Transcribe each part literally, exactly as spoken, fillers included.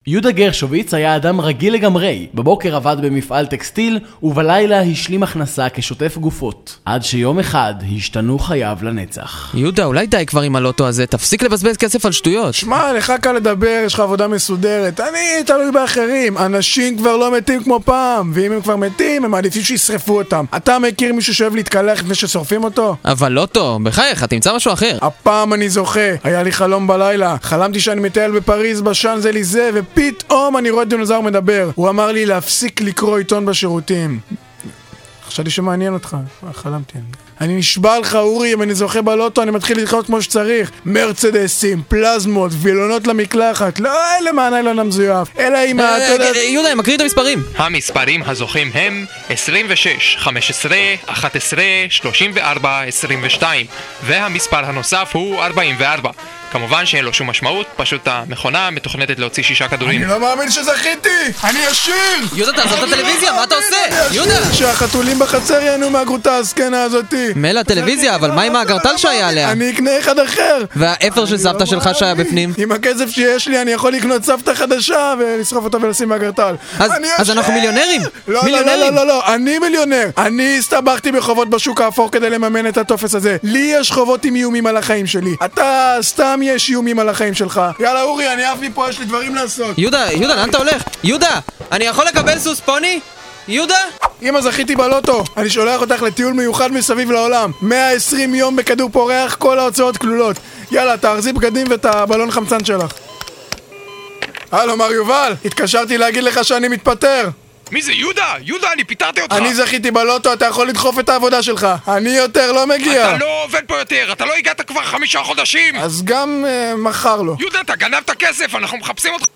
יהודה גרשוביץ היה אדם רגיל לגמרי. בבוקר עבד במפעל טקסטיל, ובלילה השלים הכנסה כשוטף גופות. עד שיום אחד השתנו חייו לנצח. יהודה, אולי די כבר עם הלוטו הזה, תפסיק לבזבז כסף על שטויות. שמע, לך קל לדבר, יש לך עבודה מסודרת. אני תלוי באחרים. אנשים כבר לא מתים כמו פעם, ואם הם כבר מתים, הם מעדיפים שישרפו אותם. אתה מכיר מישהו שאוהב להתקלח לפני ששורפים אותו? אבל לוטו, בחייך, תמצא משהו אחר. הפעם אני זוכה. היה לי חלום בלילה. חלמתי שאני מטייל בפריז בשאנז-אליזה, ופתאום אני רואה דינוזאור מדבר. הוא אמר לי להפסיק לקרוא עיתון בשירותים. חשבתי שמעניין אותך. חלמתי. אני נשבע לך, אורי, אם אני זוכה בלוטו, אני מתחיל להתחלות כמו שצריך. מרצדסים, פלזמות, וילונות למקלחת. לא אלה מהניילון המזויף, אלא עם ה... יהודה, הם מקריא את המספרים. המספרים הזוכים הם עשרים ושש, חמש עשרה, אחת עשרה, שלושים וארבע, עשרים ושתיים, והמספר הנוסף הוא ארבעים וארבע. כמובן שאין לו שום משמעות, פשוט המכונה מתוכנתת להוציא שישה כדורים. אני לא מאמין שזכיתי! אני ישיר! יהודה, תעזוב את הטלוויזיה, מה אתה עושה? יהודה! שהחתולים בחצר יענו מהגרוטה הסקנה הזאתי. מילא הטלוויזיה, אבל מה עם האגרטל שהיה עליה? אני אקנה אחד אחר! והאפר של סבתא שלך שהיה בפנים? עם הכסף שיש לי אני יכול לקנות סבתא חדשה ולשרוף אותה ולשים באגרטל. אז אנחנו מיליונרים! לא, לא, לא, לא, לא, אני מיליונר! אני הסתבכתי בחובות בשוק האפור כדי לממן את הטופס הזה. לי יש חובות עם איומים על החיים שלי. אתה סתם יש איומים על החיים שלך. יאללה אורי, אני אף לי פה, יש לי דברים לעשות. יהודה, יהודה, לאן אתה הולך? יהודה, אני יכול לקבל סוס פוני? יהודה? אמא, זכיתי בלוטו. אני שולח אותך לטיול מיוחד מסביב לעולם. מאה ועשרים יום בכדור פורח, כל ההוצאות כלולות. יאללה, תארזי בגדים ואת הבלון חמצן שלך. הלו, מר יובל, התקשרתי להגיד לך שאני מתפטר. מי זה? יהודה? יהודה, אני פיטרתי אותך. אני זכיתי בלוטו, אתה יכול לדחוף את העבודה שלך. אני יותר לא מגיע. אתה לא עובד פה יותר, אתה לא הגעת כבר חמישה חודשים. אז גם uh, מחר לא. יהודה, אתה גנבת כסף, אנחנו מחפשים אותך.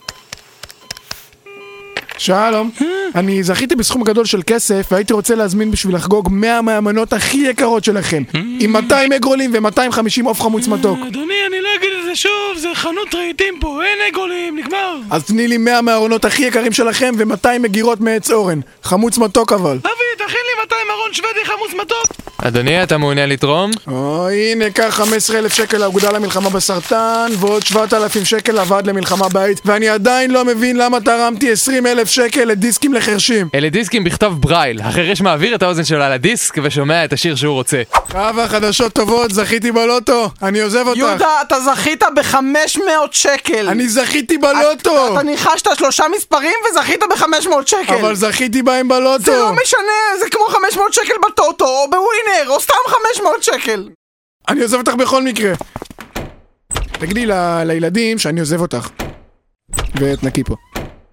שלום, אני זכיתי בסכום גדול של כסף והייתי רוצה להזמין בשביל לחגוג מאה מהמנות הכי יקרות שלכם עם מאתיים אגרולים ו-מאתיים וחמישים עוף חמוץ מתוק. אדוני, אני לא אגיד את זה שוב, זה חנות רהיטים פה, אין אגרולים, נגמר. אז תני לי מאה מהארונות הכי יקרים שלכם ו-מאתיים מגירות מעץ אורן, חמוץ מתוק אבל. אבי, תכין לי מאתיים ארון שוודי חמוץ מתוק. אדוני, אתה מעוניין לתרום? או, הנה, קח חמישה עשר אלף שקל לאגודה למלחמה בסרטן ועוד שבעת אלפים שקל לוועד למלחמה בית, ואני עדיין לא מבין למה תרמתי עשרים אלף שקל לדיסקים לחרשים. אלה דיסקים בכתב ברייל. החרש מעביר את האוזן שלו על הדיסק ושומע את השיר שהוא רוצה. חווה, חדשות טובות, זכיתי בלוטו. אני עוזב אותך. יהודה, אתה זכית ב-חמש מאות שקל. אני זכיתי בלוטו. אתה ניחשת שלושה מספרים וזכית ב-חמש מאות שקל. אבל זכיתי בהם בלוטו. זה לא משנה, זה כמו חמש מאות שקל בטוטו או בווינר או סתם חמש מאות שקל. אני עוזב אותך בכל מקרה. תגידי ל- לילדים שאני עוזב אותך. ותנקי פה.